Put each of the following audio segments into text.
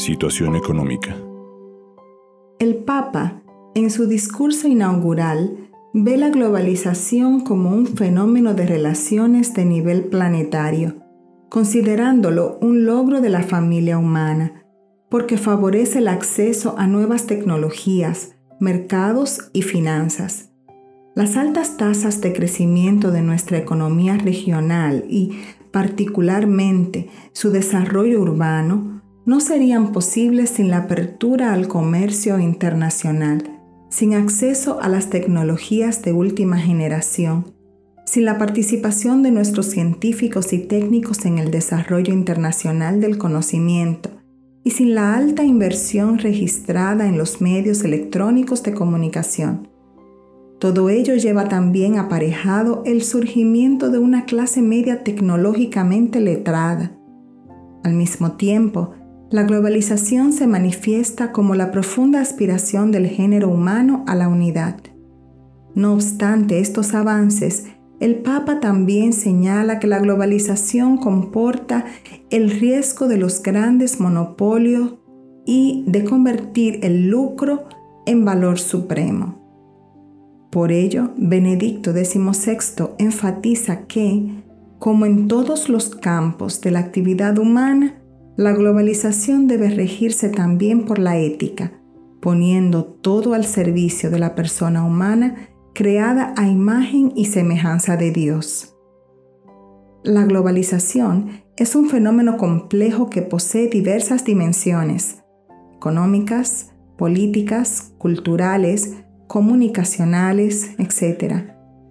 situación económica. El Papa, en su discurso inaugural, ve la globalización como un fenómeno de relaciones de nivel planetario, considerándolo un logro de la familia humana, porque favorece el acceso a nuevas tecnologías, mercados y finanzas. Las altas tasas de crecimiento de nuestra economía regional y, particularmente, su desarrollo urbano, no serían posibles sin la apertura al comercio internacional, sin acceso a las tecnologías de última generación, sin la participación de nuestros científicos y técnicos en el desarrollo internacional del conocimiento y sin la alta inversión registrada en los medios electrónicos de comunicación. Todo ello lleva también aparejado el surgimiento de una clase media tecnológicamente letrada. Al mismo tiempo, la globalización se manifiesta como la profunda aspiración del género humano a la unidad. No obstante estos avances, el Papa también señala que la globalización comporta el riesgo de los grandes monopolios y de convertir el lucro en valor supremo. Por ello, Benedicto XVI enfatiza que, como en todos los campos de la actividad humana, la globalización debe regirse también por la ética, poniendo todo al servicio de la persona humana creada a imagen y semejanza de Dios. La globalización es un fenómeno complejo que posee diversas dimensiones: económicas, políticas, culturales, comunicacionales, etc.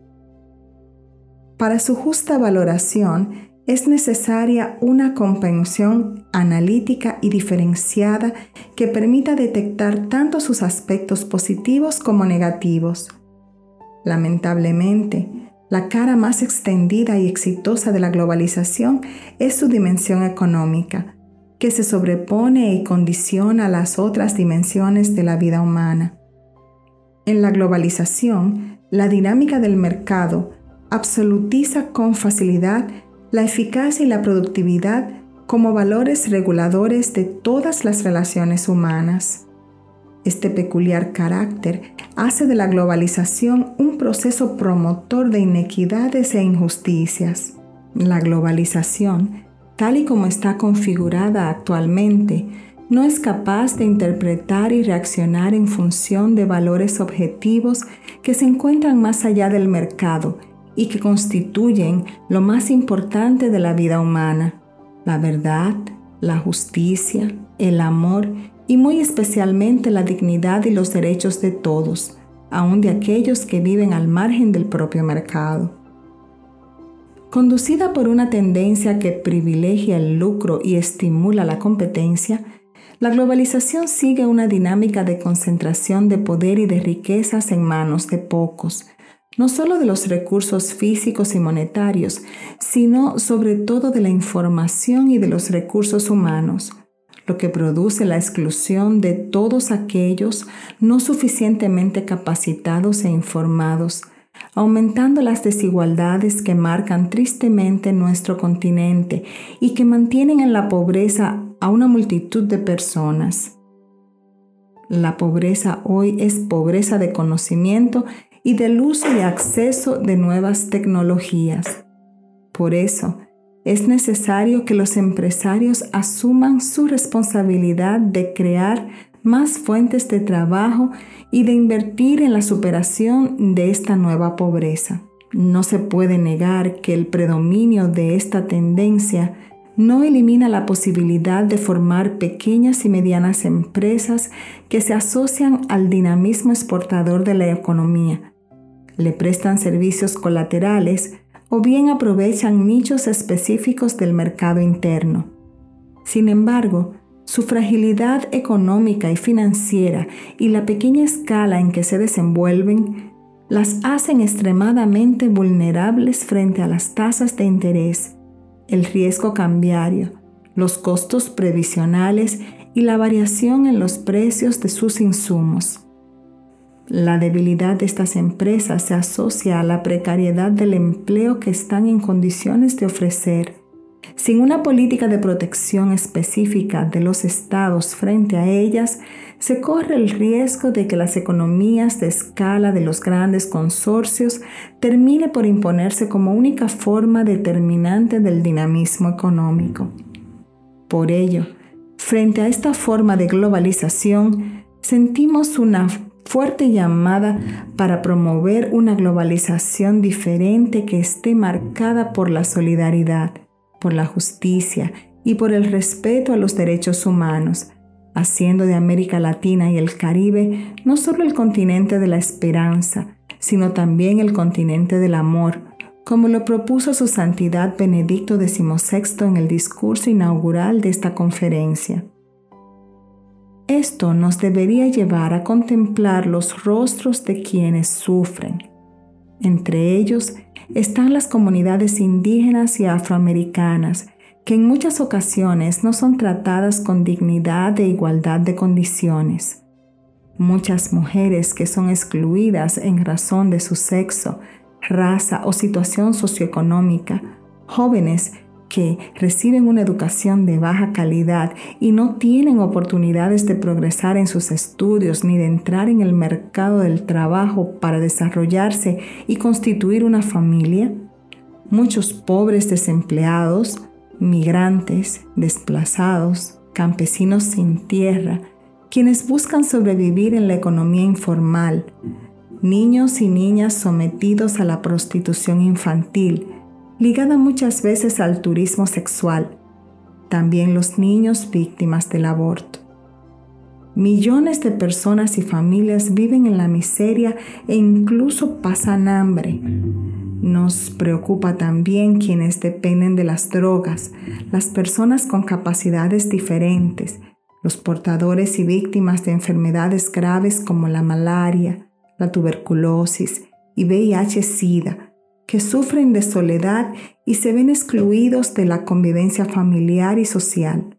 Para su justa valoración, es necesaria una comprensión analítica y diferenciada que permita detectar tanto sus aspectos positivos como negativos. Lamentablemente, la cara más extendida y exitosa de la globalización es su dimensión económica, que se sobrepone y condiciona las otras dimensiones de la vida humana. En la globalización, la dinámica del mercado absolutiza con facilidad la eficacia y la productividad como valores reguladores de todas las relaciones humanas. Este peculiar carácter hace de la globalización un proceso promotor de inequidades e injusticias. La globalización, tal y como está configurada actualmente, no es capaz de interpretar y reaccionar en función de valores objetivos que se encuentran más allá del mercado y que constituyen lo más importante de la vida humana: la verdad, la justicia, el amor y muy especialmente la dignidad y los derechos de todos, aun de aquellos que viven al margen del propio mercado. Conducida por una tendencia que privilegia el lucro y estimula la competencia, la globalización sigue una dinámica de concentración de poder y de riquezas en manos de pocos, no solo de los recursos físicos y monetarios, sino sobre todo de la información y de los recursos humanos, lo que produce la exclusión de todos aquellos no suficientemente capacitados e informados, aumentando las desigualdades que marcan tristemente nuestro continente y que mantienen en la pobreza a una multitud de personas. La pobreza hoy es pobreza de conocimiento y del uso y acceso de nuevas tecnologías. Por eso, es necesario que los empresarios asuman su responsabilidad de crear más fuentes de trabajo y de invertir en la superación de esta nueva pobreza. No se puede negar que el predominio de esta tendencia no elimina la posibilidad de formar pequeñas y medianas empresas que se asocian al dinamismo exportador de la economía, le prestan servicios colaterales o bien aprovechan nichos específicos del mercado interno. Sin embargo, su fragilidad económica y financiera y la pequeña escala en que se desenvuelven las hacen extremadamente vulnerables frente a las tasas de interés, el riesgo cambiario, los costos previsionales y la variación en los precios de sus insumos. La debilidad de estas empresas se asocia a la precariedad del empleo que están en condiciones de ofrecer, Sin una política de protección específica de los estados frente a ellas, se corre el riesgo de que las economías de escala de los grandes consorcios termine por imponerse como única forma determinante del dinamismo económico. Por ello, frente a esta forma de globalización, sentimos una fuerte llamada para promover una globalización diferente que esté marcada por la solidaridad, por la justicia y por el respeto a los derechos humanos, haciendo de América Latina y el Caribe no solo el continente de la esperanza, sino también el continente del amor, como lo propuso su Santidad Benedicto XVI en el discurso inaugural de esta conferencia. Esto nos debería llevar a contemplar los rostros de quienes sufren. Entre ellos están las comunidades indígenas y afroamericanas, que en muchas ocasiones no son tratadas con dignidad e igualdad de condiciones. Muchas mujeres que son excluidas en razón de su sexo, raza o situación socioeconómica, jóvenes que reciben una educación de baja calidad y no tienen oportunidades de progresar en sus estudios ni de entrar en el mercado del trabajo para desarrollarse y constituir una familia, muchos pobres desempleados, migrantes, desplazados, campesinos sin tierra, quienes buscan sobrevivir en la economía informal, niños y niñas sometidos a la prostitución infantil, ligada muchas veces al turismo sexual, también los niños víctimas del aborto. Millones de personas y familias viven en la miseria e incluso pasan hambre. Nos preocupa también quienes dependen de las drogas, las personas con capacidades diferentes, los portadores y víctimas de enfermedades graves como la malaria, la tuberculosis y VIH-Sida, que sufren de soledad y se ven excluidos de la convivencia familiar y social.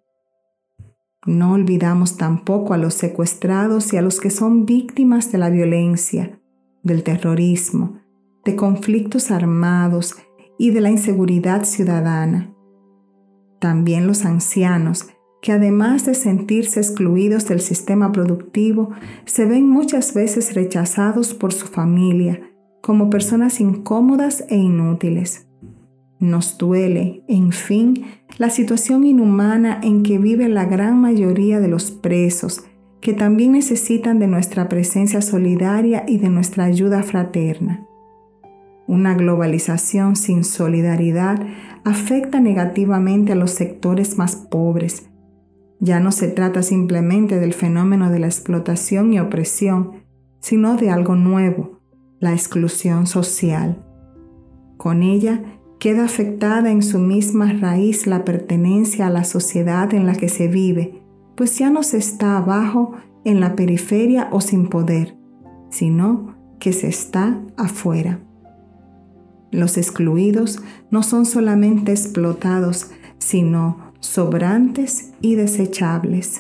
No olvidamos tampoco a los secuestrados y a los que son víctimas de la violencia, del terrorismo, de conflictos armados y de la inseguridad ciudadana. También los ancianos, que además de sentirse excluidos del sistema productivo, se ven muchas veces rechazados por su familia, como personas incómodas e inútiles. Nos duele, en fin, la situación inhumana en que vive la gran mayoría de los presos, que también necesitan de nuestra presencia solidaria y de nuestra ayuda fraterna. Una globalización sin solidaridad afecta negativamente a los sectores más pobres. Ya no se trata simplemente del fenómeno de la explotación y opresión, sino de algo nuevo, la exclusión social. Con ella queda afectada en su misma raíz la pertenencia a la sociedad en la que se vive, pues ya no se está abajo, en la periferia o sin poder, sino que se está afuera. Los excluidos no son solamente explotados, sino sobrantes y desechables.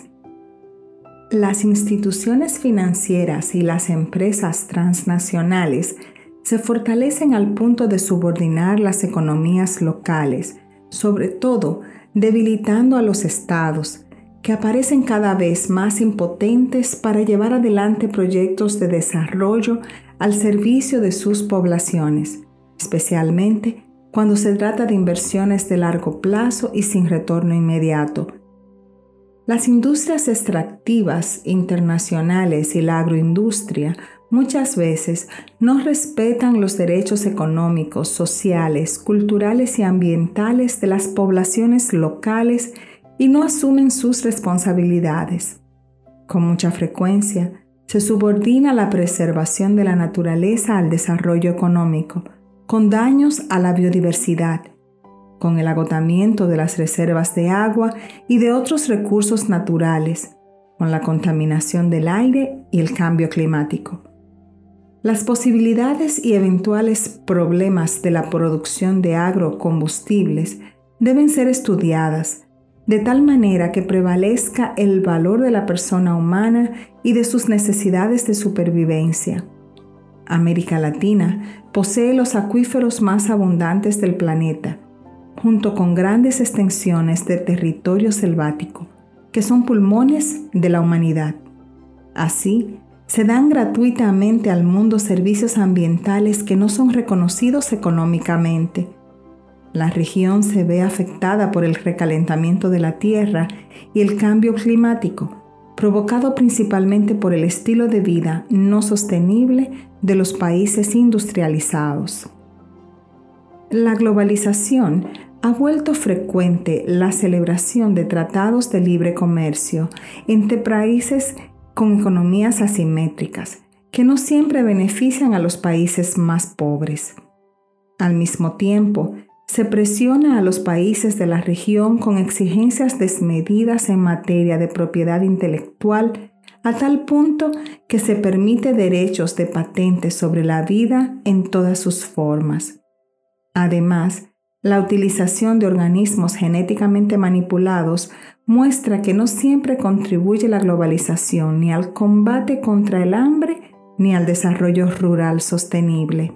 Las instituciones financieras y las empresas transnacionales se fortalecen al punto de subordinar las economías locales, sobre todo debilitando a los estados, que aparecen cada vez más impotentes para llevar adelante proyectos de desarrollo al servicio de sus poblaciones, especialmente cuando se trata de inversiones de largo plazo y sin retorno inmediato. Las industrias extractivas internacionales y la agroindustria muchas veces no respetan los derechos económicos, sociales, culturales y ambientales de las poblaciones locales y no asumen sus responsabilidades. Con mucha frecuencia, se subordina la preservación de la naturaleza al desarrollo económico, con daños a la biodiversidad, con el agotamiento de las reservas de agua y de otros recursos naturales, con la contaminación del aire y el cambio climático. Las posibilidades y eventuales problemas de la producción de agrocombustibles deben ser estudiadas, de tal manera que prevalezca el valor de la persona humana y de sus necesidades de supervivencia. América Latina posee los acuíferos más abundantes del planeta, junto con grandes extensiones de territorio selvático, que son pulmones de la humanidad. Así, se dan gratuitamente al mundo servicios ambientales que no son reconocidos económicamente. La región se ve afectada por el recalentamiento de la tierra y el cambio climático, provocado principalmente por el estilo de vida no sostenible de los países industrializados. La globalización ha vuelto frecuente la celebración de tratados de libre comercio entre países con economías asimétricas, que no siempre benefician a los países más pobres. Al mismo tiempo, se presiona a los países de la región con exigencias desmedidas en materia de propiedad intelectual, a tal punto que se permite derechos de patente sobre la vida en todas sus formas. Además, la utilización de organismos genéticamente manipulados muestra que no siempre contribuye la globalización ni al combate contra el hambre ni al desarrollo rural sostenible.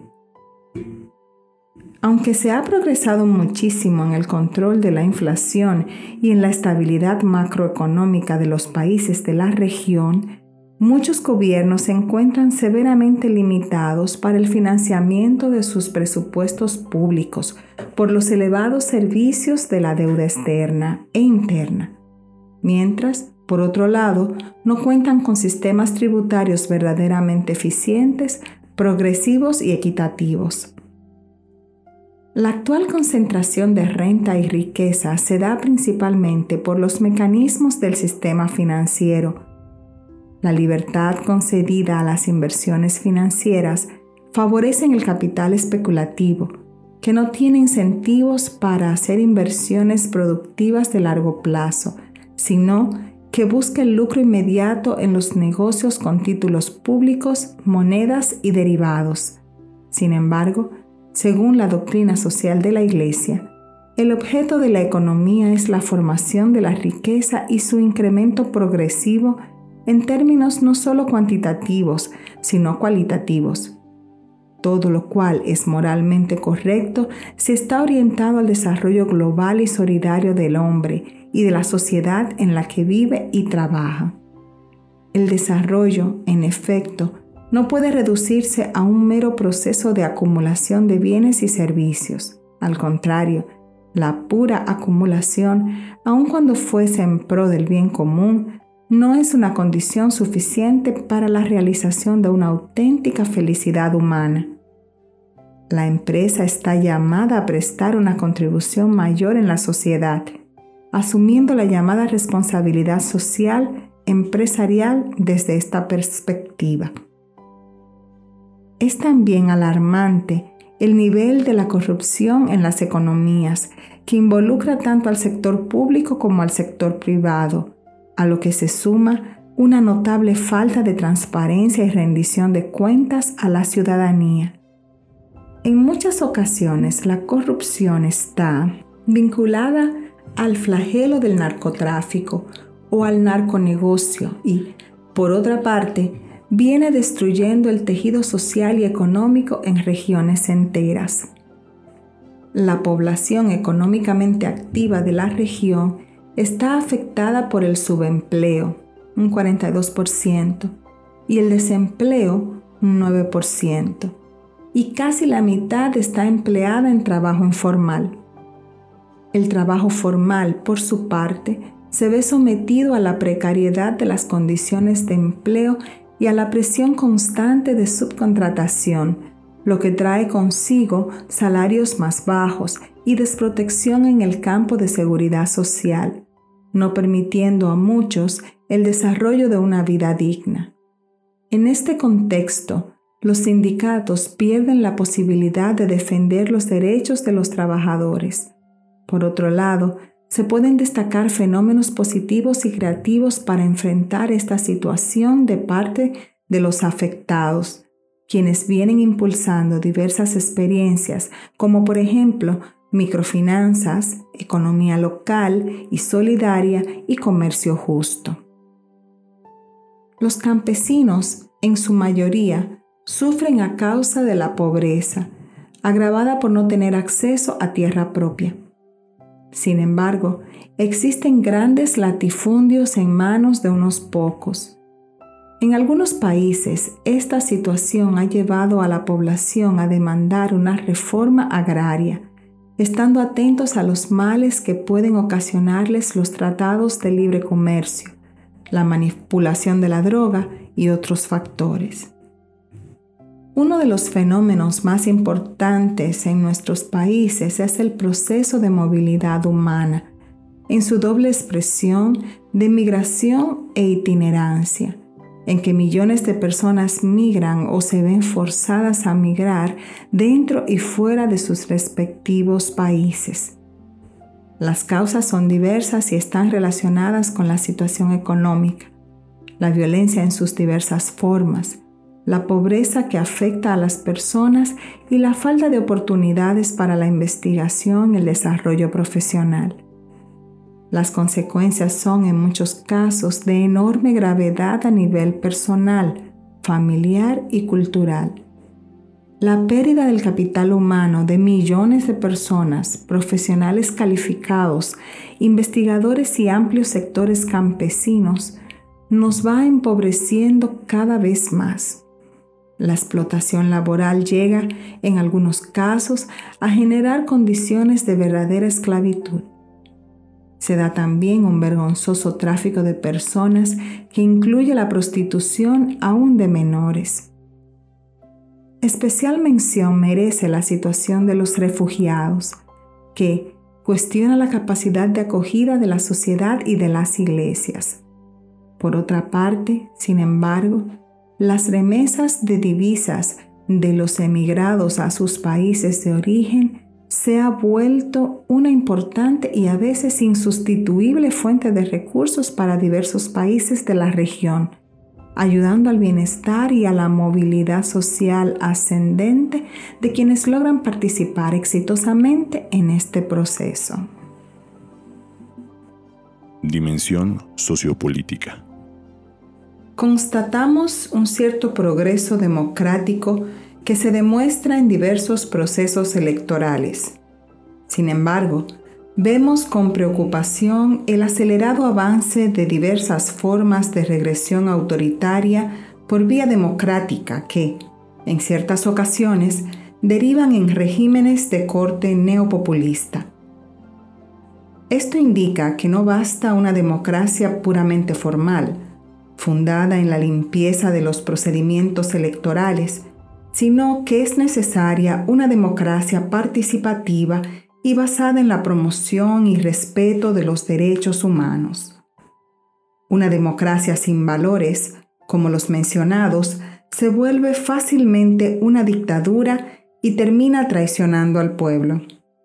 Aunque se ha progresado muchísimo en el control de la inflación y en la estabilidad macroeconómica de los países de la región, muchos gobiernos se encuentran severamente limitados para el financiamiento de sus presupuestos públicos por los elevados servicios de la deuda externa e interna, mientras, por otro lado, no cuentan con sistemas tributarios verdaderamente eficientes, progresivos y equitativos. La actual concentración de renta y riqueza se da principalmente por los mecanismos del sistema financiero. La libertad concedida a las inversiones financieras favorecen el capital especulativo, que no tiene incentivos para hacer inversiones productivas de largo plazo, sino que busca el lucro inmediato en los negocios con títulos públicos, monedas y derivados. Sin embargo, según la doctrina social de la Iglesia, el objeto de la economía es la formación de la riqueza y su incremento progresivo en términos no solo cuantitativos, sino cualitativos. Todo lo cual es moralmente correcto si está orientado al desarrollo global y solidario del hombre y de la sociedad en la que vive y trabaja. El desarrollo, en efecto, no puede reducirse a un mero proceso de acumulación de bienes y servicios. Al contrario, la pura acumulación, aun cuando fuese en pro del bien común, no es una condición suficiente para la realización de una auténtica felicidad humana. La empresa está llamada a prestar una contribución mayor en la sociedad, asumiendo la llamada responsabilidad social empresarial desde esta perspectiva. Es también alarmante el nivel de la corrupción en las economías, que involucra tanto al sector público como al sector privado, a lo que se suma una notable falta de transparencia y rendición de cuentas a la ciudadanía. En muchas ocasiones, la corrupción está vinculada al flagelo del narcotráfico o al narconegocio y, por otra parte, viene destruyendo el tejido social y económico en regiones enteras. La población económicamente activa de la región está afectada por el subempleo, un 42%, y el desempleo, un 9%, y casi la mitad está empleada en trabajo informal. El trabajo formal, por su parte, se ve sometido a la precariedad de las condiciones de empleo y a la presión constante de subcontratación, lo que trae consigo salarios más bajos y desprotección en el campo de seguridad social, no permitiendo a muchos el desarrollo de una vida digna. En este contexto, los sindicatos pierden la posibilidad de defender los derechos de los trabajadores. Por otro lado, se pueden destacar fenómenos positivos y creativos para enfrentar esta situación de parte de los afectados, quienes vienen impulsando diversas experiencias, como por ejemplo microfinanzas, economía local y solidaria y comercio justo. Los campesinos, en su mayoría, sufren a causa de la pobreza, agravada por no tener acceso a tierra propia. Sin embargo, existen grandes latifundios en manos de unos pocos. En algunos países, esta situación ha llevado a la población a demandar una reforma agraria, estando atentos a los males que pueden ocasionarles los tratados de libre comercio, la manipulación de la droga y otros factores. Uno de los fenómenos más importantes en nuestros países es el proceso de movilidad humana, en su doble expresión de migración e itinerancia, en que millones de personas migran o se ven forzadas a migrar dentro y fuera de sus respectivos países. Las causas son diversas y están relacionadas con la situación económica, la violencia en sus diversas formas, la pobreza que afecta a las personas y la falta de oportunidades para la investigación y el desarrollo profesional. Las consecuencias son en muchos casos de enorme gravedad a nivel personal, familiar y cultural. La pérdida del capital humano de millones de personas, profesionales calificados, investigadores y amplios sectores campesinos nos va empobreciendo cada vez más. La explotación laboral llega, en algunos casos, a generar condiciones de verdadera esclavitud. Se da también un vergonzoso tráfico de personas que incluye la prostitución aún de menores. Especial mención merece la situación de los refugiados, que cuestiona la capacidad de acogida de la sociedad y de las iglesias. Por otra parte, sin embargo, las remesas de divisas de los emigrados a sus países de origen se ha vuelto una importante y a veces insustituible fuente de recursos para diversos países de la región, ayudando al bienestar y a la movilidad social ascendente de quienes logran participar exitosamente en este proceso. Dimensión sociopolítica. Constatamos un cierto progreso democrático que se demuestra en diversos procesos electorales. Sin embargo, vemos con preocupación el acelerado avance de diversas formas de regresión autoritaria por vía democrática que, en ciertas ocasiones, derivan en regímenes de corte neopopulista. Esto indica que no basta una democracia puramente formal, fundada en la limpieza de los procedimientos electorales, sino que es necesaria una democracia participativa y basada en la promoción y respeto de los derechos humanos. Una democracia sin valores, como los mencionados, se vuelve fácilmente una dictadura y termina traicionando al pueblo.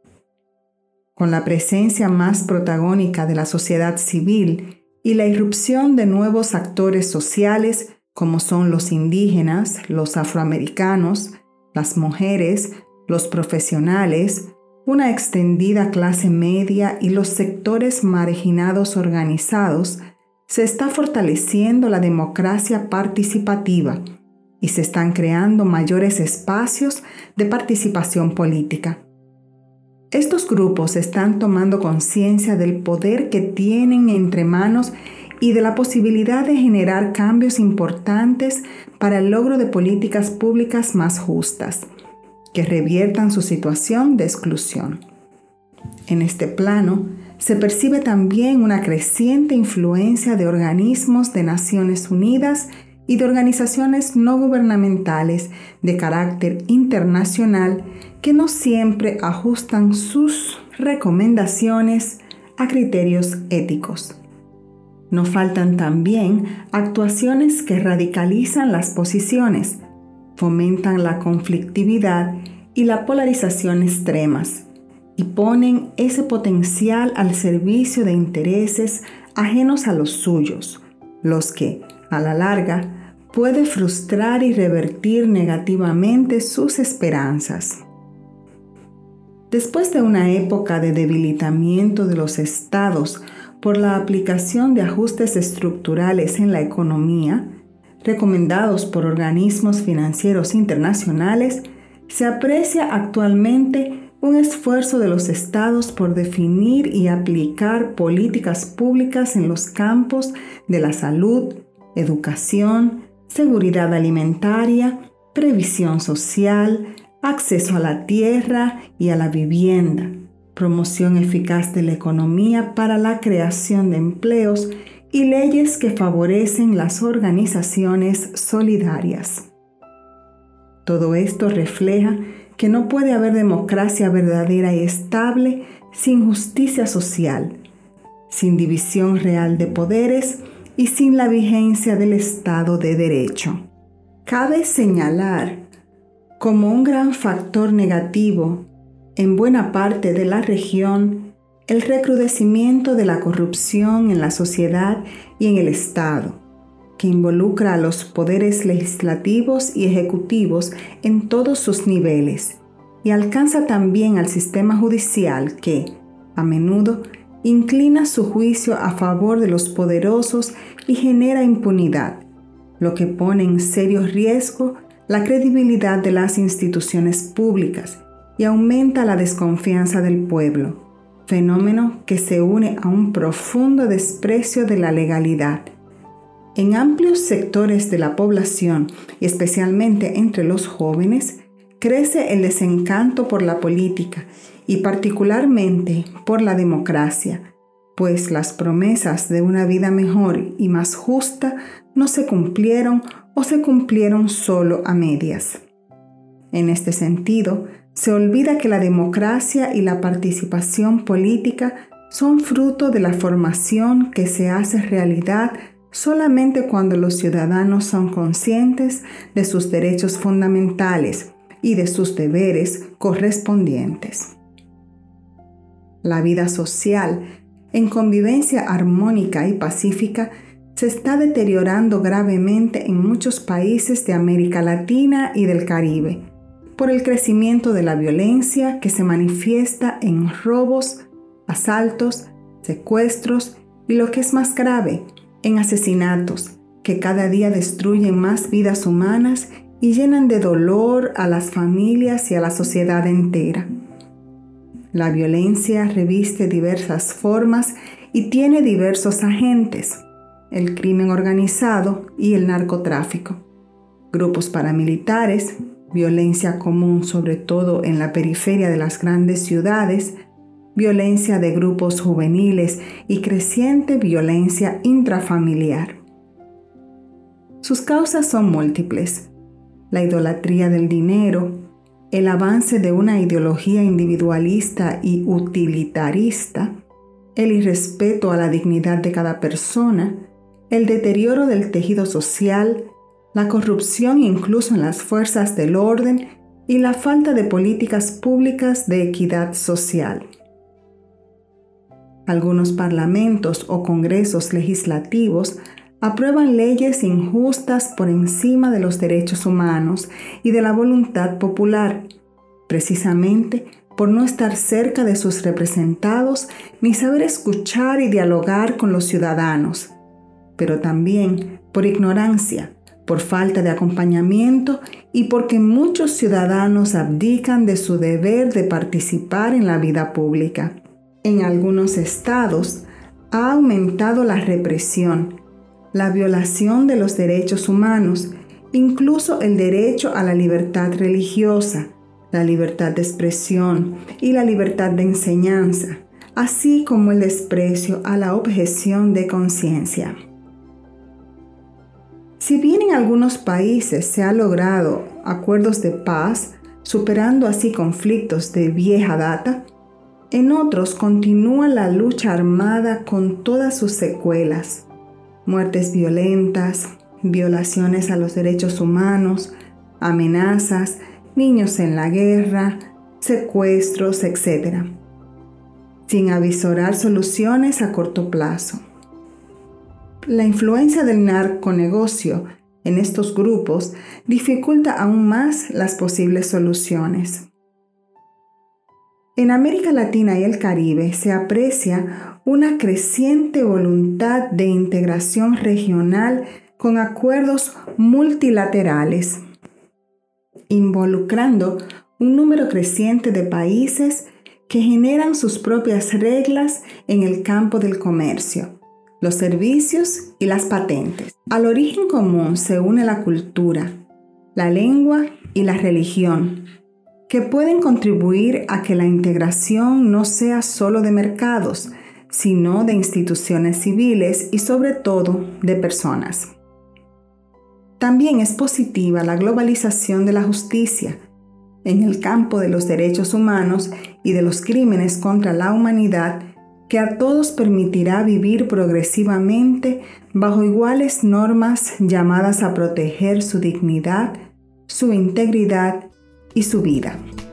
Con la presencia más protagónica de la sociedad civil y la irrupción de nuevos actores sociales, como son los indígenas, los afroamericanos, las mujeres, los profesionales, una extendida clase media y los sectores marginados organizados, se está fortaleciendo la democracia participativa y se están creando mayores espacios de participación política. Estos grupos están tomando conciencia del poder que tienen entre manos y de la posibilidad de generar cambios importantes para el logro de políticas públicas más justas, que reviertan su situación de exclusión. En este plano, se percibe también una creciente influencia de organismos de Naciones Unidas y de organizaciones no gubernamentales de carácter internacional que no siempre ajustan sus recomendaciones a criterios éticos. No faltan también actuaciones que radicalizan las posiciones, fomentan la conflictividad y la polarización extremas, y ponen ese potencial al servicio de intereses ajenos a los suyos, los que, a la larga, puede frustrar y revertir negativamente sus esperanzas. Después de una época de debilitamiento de los estados por la aplicación de ajustes estructurales en la economía, recomendados por organismos financieros internacionales, se aprecia actualmente un esfuerzo de los estados por definir y aplicar políticas públicas en los campos de la salud, educación, seguridad alimentaria, previsión social, acceso a la tierra y a la vivienda, promoción eficaz de la economía para la creación de empleos y leyes que favorecen las organizaciones solidarias. Todo esto refleja que no puede haber democracia verdadera y estable sin justicia social, sin división real de poderes y sin la vigencia del Estado de Derecho. Cabe señalar como un gran factor negativo en buena parte de la región el recrudecimiento de la corrupción en la sociedad y en el Estado, que involucra a los poderes legislativos y ejecutivos en todos sus niveles y alcanza también al sistema judicial que, a menudo, inclina su juicio a favor de los poderosos y genera impunidad, lo que pone en serio riesgo la credibilidad de las instituciones públicas y aumenta la desconfianza del pueblo, fenómeno que se une a un profundo desprecio de la legalidad. En amplios sectores de la población, y especialmente entre los jóvenes, crece el desencanto por la política y particularmente por la democracia, pues las promesas de una vida mejor y más justa no se cumplieron o se cumplieron solo a medias. En este sentido, se olvida que la democracia y la participación política son fruto de la formación que se hace realidad solamente cuando los ciudadanos son conscientes de sus derechos fundamentales y de sus deberes correspondientes. La vida social, en convivencia armónica y pacífica, se está deteriorando gravemente en muchos países de América Latina y del Caribe, por el crecimiento de la violencia que se manifiesta en robos, asaltos, secuestros y, lo que es más grave, en asesinatos que cada día destruyen más vidas humanas y llenan de dolor a las familias y a la sociedad entera. La violencia reviste diversas formas y tiene diversos agentes: el crimen organizado y el narcotráfico, grupos paramilitares, violencia común sobre todo en la periferia de las grandes ciudades, violencia de grupos juveniles y creciente violencia intrafamiliar. Sus causas son múltiples: la idolatría del dinero, el avance de una ideología individualista y utilitarista, el irrespeto a la dignidad de cada persona, el deterioro del tejido social, la corrupción incluso en las fuerzas del orden y la falta de políticas públicas de equidad social. Algunos parlamentos o congresos legislativos aprueban leyes injustas por encima de los derechos humanos y de la voluntad popular, precisamente por no estar cerca de sus representados ni saber escuchar y dialogar con los ciudadanos, pero también por ignorancia, por falta de acompañamiento y porque muchos ciudadanos abdican de su deber de participar en la vida pública. En algunos estados ha aumentado la represión, la violación de los derechos humanos, incluso el derecho a la libertad religiosa, la libertad de expresión y la libertad de enseñanza, así como el desprecio a la objeción de conciencia. Si bien en algunos países se ha logrado acuerdos de paz, superando así conflictos de vieja data, en otros continúa la lucha armada con todas sus secuelas: muertes violentas, violaciones a los derechos humanos, amenazas, niños en la guerra, secuestros, etc., sin avisorar soluciones a corto plazo. La influencia del narconegocio en estos grupos dificulta aún más las posibles soluciones. En América Latina y el Caribe se aprecia una creciente voluntad de integración regional con acuerdos multilaterales, involucrando un número creciente de países que generan sus propias reglas en el campo del comercio, los servicios y las patentes. Al origen común se une la cultura, la lengua y la religión, que pueden contribuir a que la integración no sea solo de mercados, sino de instituciones civiles y sobre todo de personas. También es positiva la globalización de la justicia en el campo de los derechos humanos y de los crímenes contra la humanidad, que a todos permitirá vivir progresivamente bajo iguales normas llamadas a proteger su dignidad, su integridad y su vida.